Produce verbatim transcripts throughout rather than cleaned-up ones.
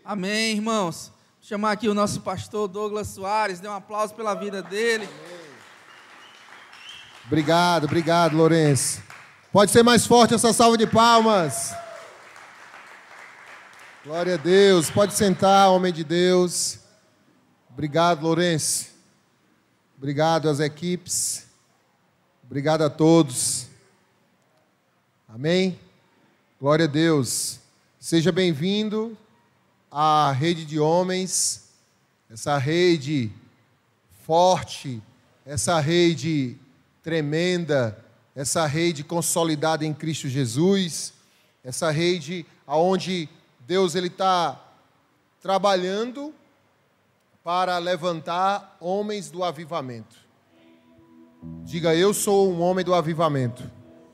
Amém, irmãos. Vou chamar aqui o nosso pastor Douglas Soares, dê um aplauso pela vida dele. Amém. Obrigado, obrigado, Lourenço. Pode ser mais forte essa salva de palmas. Glória a Deus. Pode sentar, homem de Deus. Obrigado, Lourenço. Obrigado às equipes. Obrigado a todos. Amém? Glória a Deus. Seja bem-vindo à rede de homens, essa rede forte, essa rede tremenda, essa rede consolidada em Cristo Jesus, essa rede onde Deus ele está trabalhando para levantar homens do avivamento. Diga, eu sou um homem do avivamento.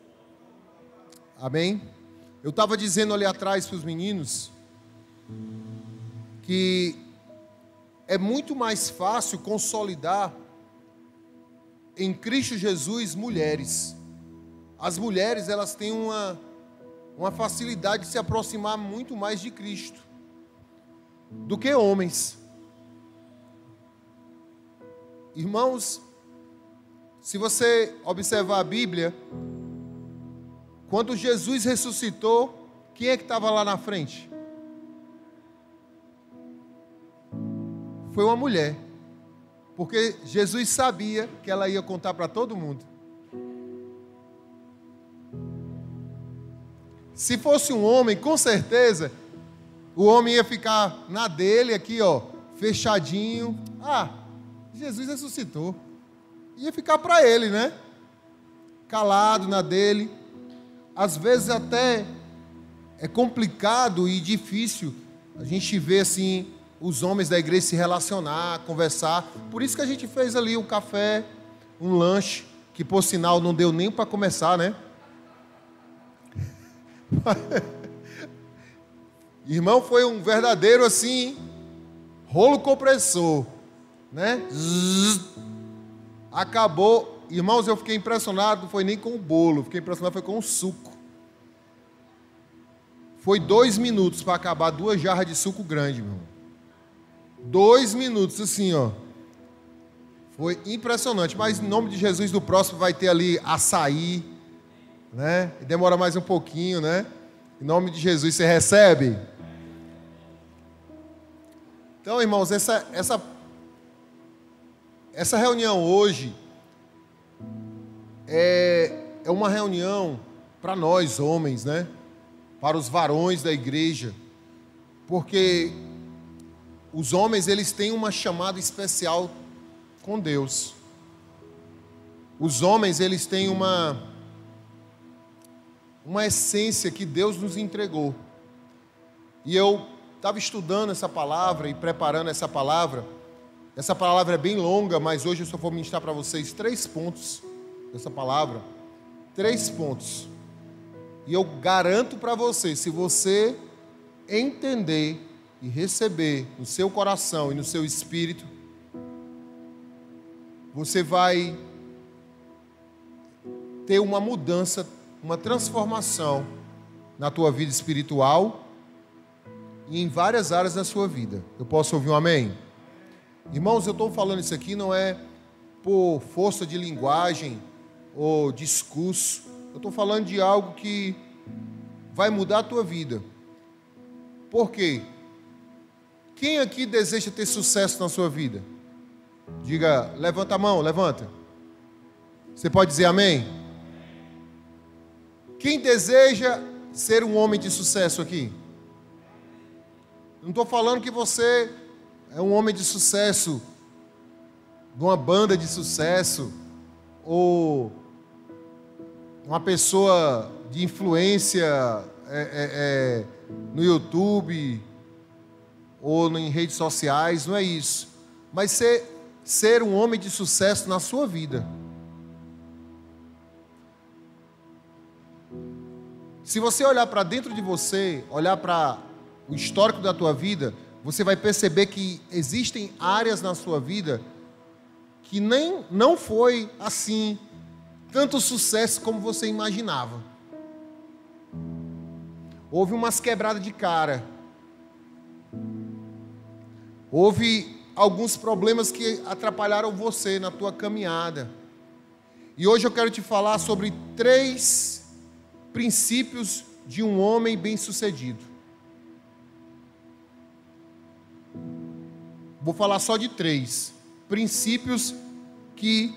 Amém? Eu estava dizendo ali atrás para os meninos que é muito mais fácil consolidar em Cristo Jesus mulheres. As mulheres, elas têm uma, uma facilidade de se aproximar muito mais de Cristo do que homens. Irmãos, se você observar a Bíblia, quando Jesus ressuscitou, quem é que estava lá na frente? Foi uma mulher, porque Jesus sabia que ela ia contar para todo mundo. Se fosse um homem, com certeza, o homem ia ficar na dele aqui, ó, fechadinho. Ah, Jesus ressuscitou. Ia ficar para ele, né? Calado na dele. Às vezes até é complicado e difícil a gente ver assim os homens da igreja se relacionar, conversar. Por isso que a gente fez ali um café, um lanche, que por sinal não deu nem para começar, né? Irmão, foi um verdadeiro assim rolo compressor, né? Zzz. Acabou. Irmãos, eu fiquei impressionado, não foi nem com o bolo, fiquei impressionado foi com o suco. Foi dois minutos para acabar duas jarras de suco grande, meu irmão. Dois minutos, assim, ó. Foi impressionante, mas em nome de Jesus, do próximo vai ter ali açaí, né? E demora mais um pouquinho, né? Em nome de Jesus, você recebe? Então, irmãos, essa, essa, essa reunião hoje é, é uma reunião para nós, homens, né? Para os varões da igreja, porque os homens, eles têm uma chamada especial com Deus. Os homens, eles têm uma, uma essência que Deus nos entregou. E eu estava estudando essa palavra e preparando essa palavra. Essa palavra é bem longa, mas hoje eu só vou ministrar para vocês três pontos dessa palavra. Três pontos. E eu garanto para você, se você entender e receber no seu coração e no seu espírito, você vai ter uma mudança, uma transformação na tua vida espiritual e em várias áreas da sua vida. Eu posso ouvir um amém? Irmãos, eu estou falando isso aqui não é por força de linguagem ou discurso. Eu estou falando de algo que vai mudar a tua vida. Por quê? Quem aqui deseja ter sucesso na sua vida? Diga, levanta a mão, levanta. Você pode dizer amém? Quem deseja ser um homem de sucesso aqui? Não estou falando que você é um homem de sucesso, de uma banda de sucesso, ou uma pessoa de influência é, é, é, no YouTube ou em redes sociais, não é isso. Mas ser, ser um homem de sucesso na sua vida. Se você olhar para dentro de você, olhar para o histórico da tua vida, você vai perceber que existem áreas na sua vida que nem, não foi assim, tanto sucesso como você imaginava. Houve umas quebradas de cara. houve alguns problemas que atrapalharam você na tua caminhada. E hoje eu quero te falar sobre três princípios de um homem bem-sucedido. Vou falar só de três princípios que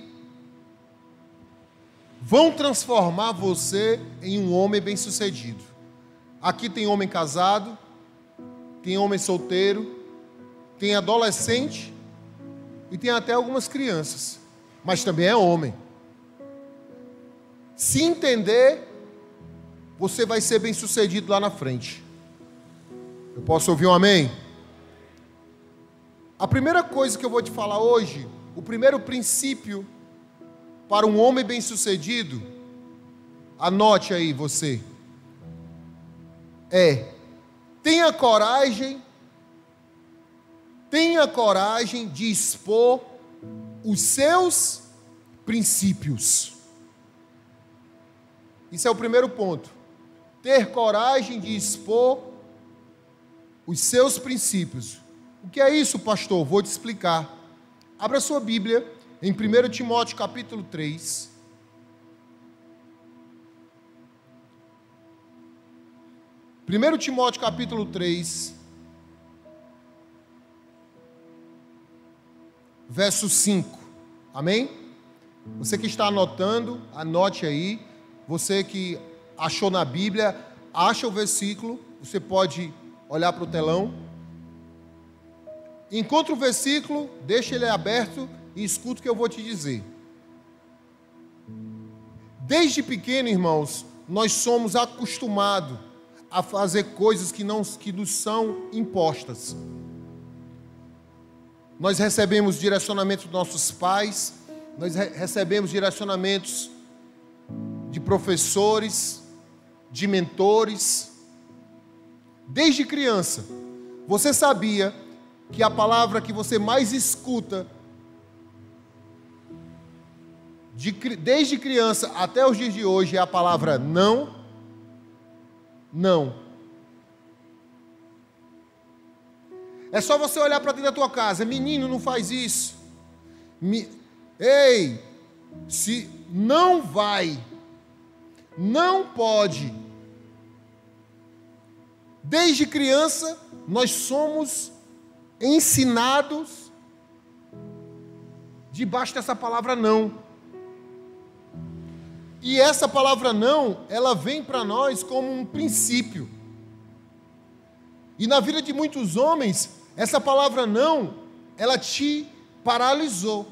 vão transformar você em um homem bem-sucedido. Aqui tem homem casado, tem homem solteiro, tem adolescente e tem até algumas crianças, mas também é homem. Se entender, você vai ser bem-sucedido lá na frente. Eu posso ouvir um amém? A primeira coisa que eu vou te falar hoje, o primeiro princípio para um homem bem-sucedido, anote aí você, é: tenha coragem, tenha coragem de expor os seus princípios. Isso é o primeiro ponto. Ter coragem de expor os seus princípios. O que é isso, pastor? Vou te explicar. Abra sua Bíblia em primeiro Timóteo capítulo três. primeiro Timóteo capítulo três, verso cinco. Amém? Você que está anotando, anote aí. Você que achou na Bíblia, acha o versículo. Você pode olhar para o telão. Encontra o versículo, deixa ele aberto e escuta o que eu vou te dizer. Desde pequeno, irmãos, nós somos acostumados a fazer coisas que, não, que nos são impostas. Nós recebemos direcionamentos dos nossos pais, nós re- recebemos direcionamentos de professores, de mentores. Desde criança, você sabia que a palavra que você mais escuta, de, desde criança até os dias de hoje, é a palavra não? Não. É só você olhar para dentro da tua casa: menino, não faz isso. Me... Ei, se não vai, não pode. Desde criança, nós somos ensinados debaixo dessa palavra não. E essa palavra não, ela vem para nós como um princípio. E na vida de muitos homens, essa palavra não, ela te paralisou.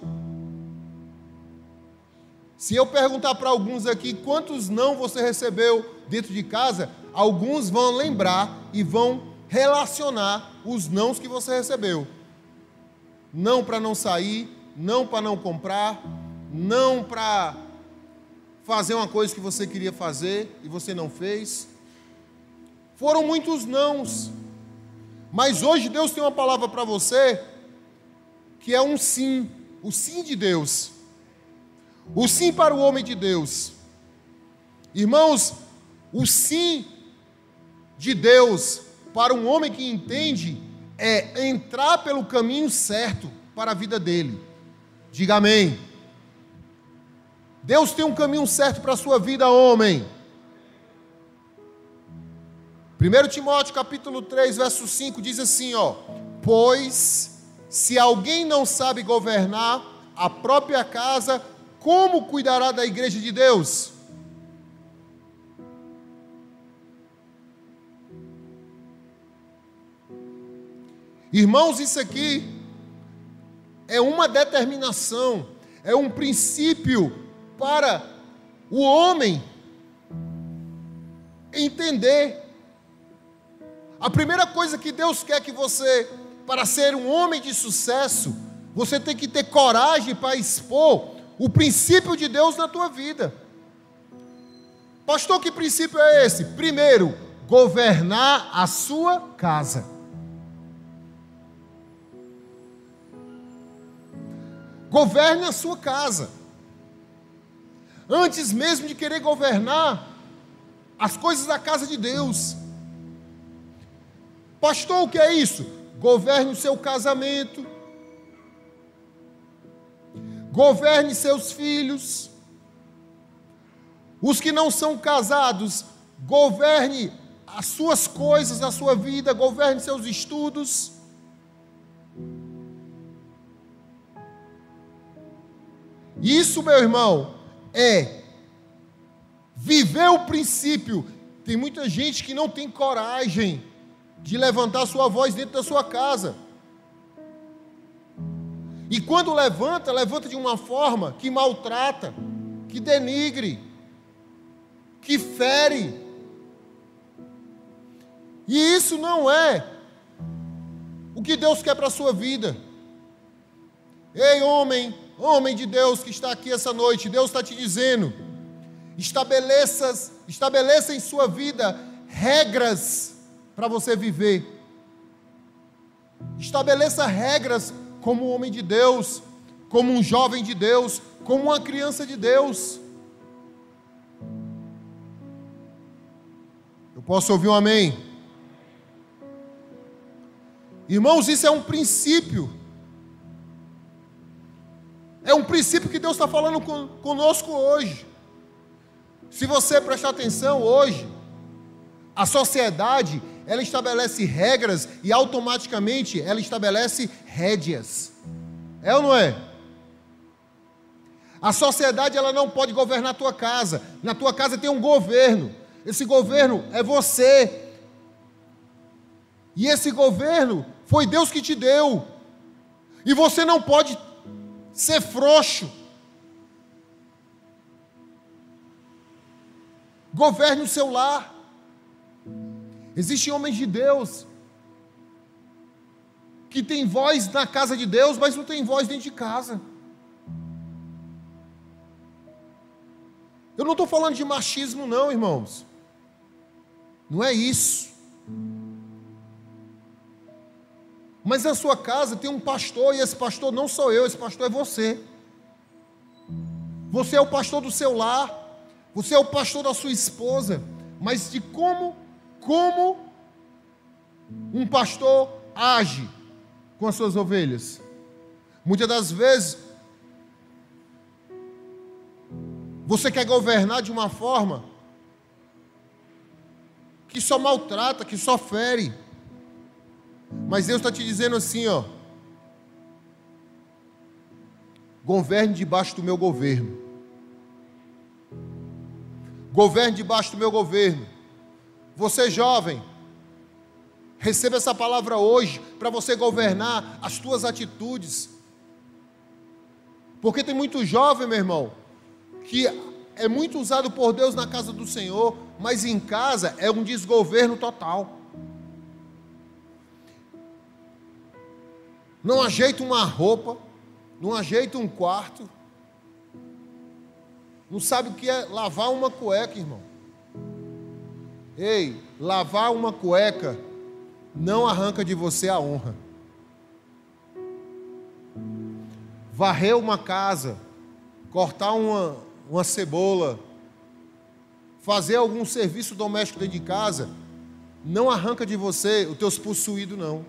Se eu perguntar para alguns aqui quantos não você recebeu dentro de casa, alguns vão lembrar e vão relacionar os nãos que você recebeu. Não para não sair, não para não comprar, não para fazer uma coisa que você queria fazer e você não fez. Foram muitos nãos. Mas hoje Deus tem uma palavra para você que é um sim, o sim de Deus. O sim para o homem de Deus. Irmãos, o sim de Deus para um homem que entende é entrar pelo caminho certo para a vida dele. Diga amém. Deus tem um caminho certo para a sua vida, homem. primeiro Timóteo capítulo três, verso cinco diz assim, ó: pois se alguém não sabe governar a própria casa, como cuidará da igreja de Deus? Irmãos, isso aqui é uma determinação, é um princípio para o homem entender. A primeira coisa que Deus quer que você, para ser um homem de sucesso, você tem que ter coragem para expor o princípio de Deus na tua vida. Pastor, que princípio é esse? Primeiro, governar a sua casa. Governe a sua casa. Antes mesmo de querer governar as coisas da casa de Deus. Pastor, o que é isso? governe o seu casamento, governe seus filhos. Os que não são casados, governe as suas coisas, a sua vida, governe seus estudos. Isso, meu irmão, é viver o princípio. Tem muita gente que não tem coragem de levantar sua voz dentro da sua casa. E quando levanta, levanta de uma forma que maltrata, que denigre, que fere. E isso não é o que Deus quer para a sua vida. Ei, homem, homem de Deus que está aqui essa noite, Deus está te dizendo: estabeleça, estabeleça em sua vida regras para você viver. Estabeleça regras como um homem de Deus, como um jovem de Deus, como uma criança de Deus. Eu posso ouvir um amém? Irmãos, isso é um princípio. É um princípio que Deus está falando conosco hoje. Se você prestar atenção hoje, a sociedade, ela estabelece regras e automaticamente ela estabelece rédeas. É ou não é? A sociedade, ela não pode governar a tua casa. Na tua casa tem um governo. Esse governo é você. E esse governo foi Deus que te deu. E você não pode ser frouxo. Governe o seu lar. Existem homens de Deus que têm voz na casa de Deus, mas não têm voz dentro de casa. Eu não estou falando de machismo não, irmãos. Não é isso. Mas na sua casa tem um pastor, e esse pastor não sou eu, esse pastor é você. Você é o pastor do seu lar, você é o pastor da sua esposa, mas de como, como um pastor age com as suas ovelhas. Muitas das vezes, você quer governar de uma forma que só maltrata, que só fere. Mas Deus está te dizendo assim, ó: governe debaixo do meu governo. Governe debaixo do meu governo. Você jovem, receba essa palavra hoje para você governar as tuas atitudes. Porque tem muito jovem, meu irmão, que é muito usado por Deus na casa do Senhor, mas em casa é um desgoverno total. Não ajeita uma roupa, não ajeita um quarto, não sabe o que é lavar uma cueca, irmão. Ei, lavar uma cueca não arranca de você a honra. Varrer uma casa, cortar uma, uma cebola, fazer algum serviço doméstico dentro de casa, não arranca de você os teus possuídos, não.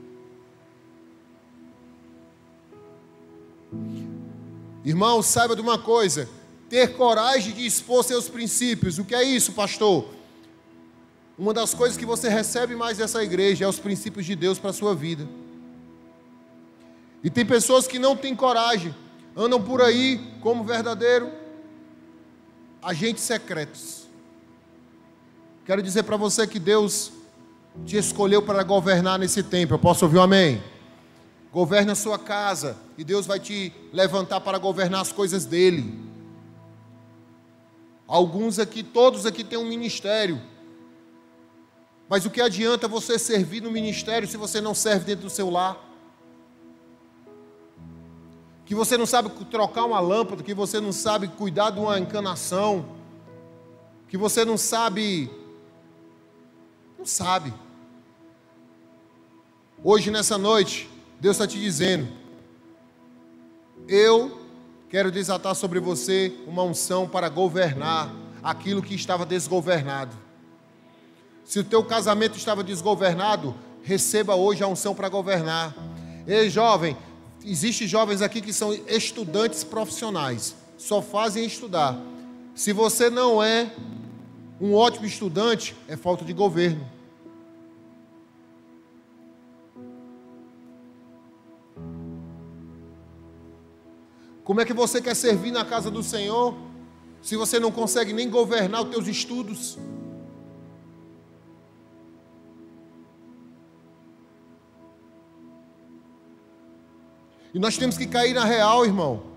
Irmão, saiba de uma coisa: ter coragem de expor seus princípios. O que é isso, pastor? Uma das coisas que você recebe mais dessa igreja é os princípios de Deus para a sua vida. E tem pessoas que não têm coragem, andam por aí como verdadeiro agentes secretos. Quero dizer para você que Deus te escolheu para governar nesse tempo. Eu posso ouvir um amém? Governe a sua casa e Deus vai te levantar para governar as coisas dele. Alguns aqui, todos aqui têm um ministério. Mas o que adianta você servir no ministério se você não serve dentro do seu lar? Que você não sabe trocar uma lâmpada, que você não sabe cuidar de uma encanação, que você não sabe... Não sabe. Hoje, nessa noite, Deus está te dizendo: eu quero desatar sobre você uma unção para governar aquilo que estava desgovernado. Se o teu casamento estava desgovernado, receba hoje a unção para governar. Ei, jovem, existem jovens aqui que são estudantes profissionais, só fazem estudar. Se você não é um ótimo estudante, é falta de governo. Como é que você quer servir na casa do Senhor, se você não consegue nem governar os teus estudos? E nós temos que cair na real, irmão.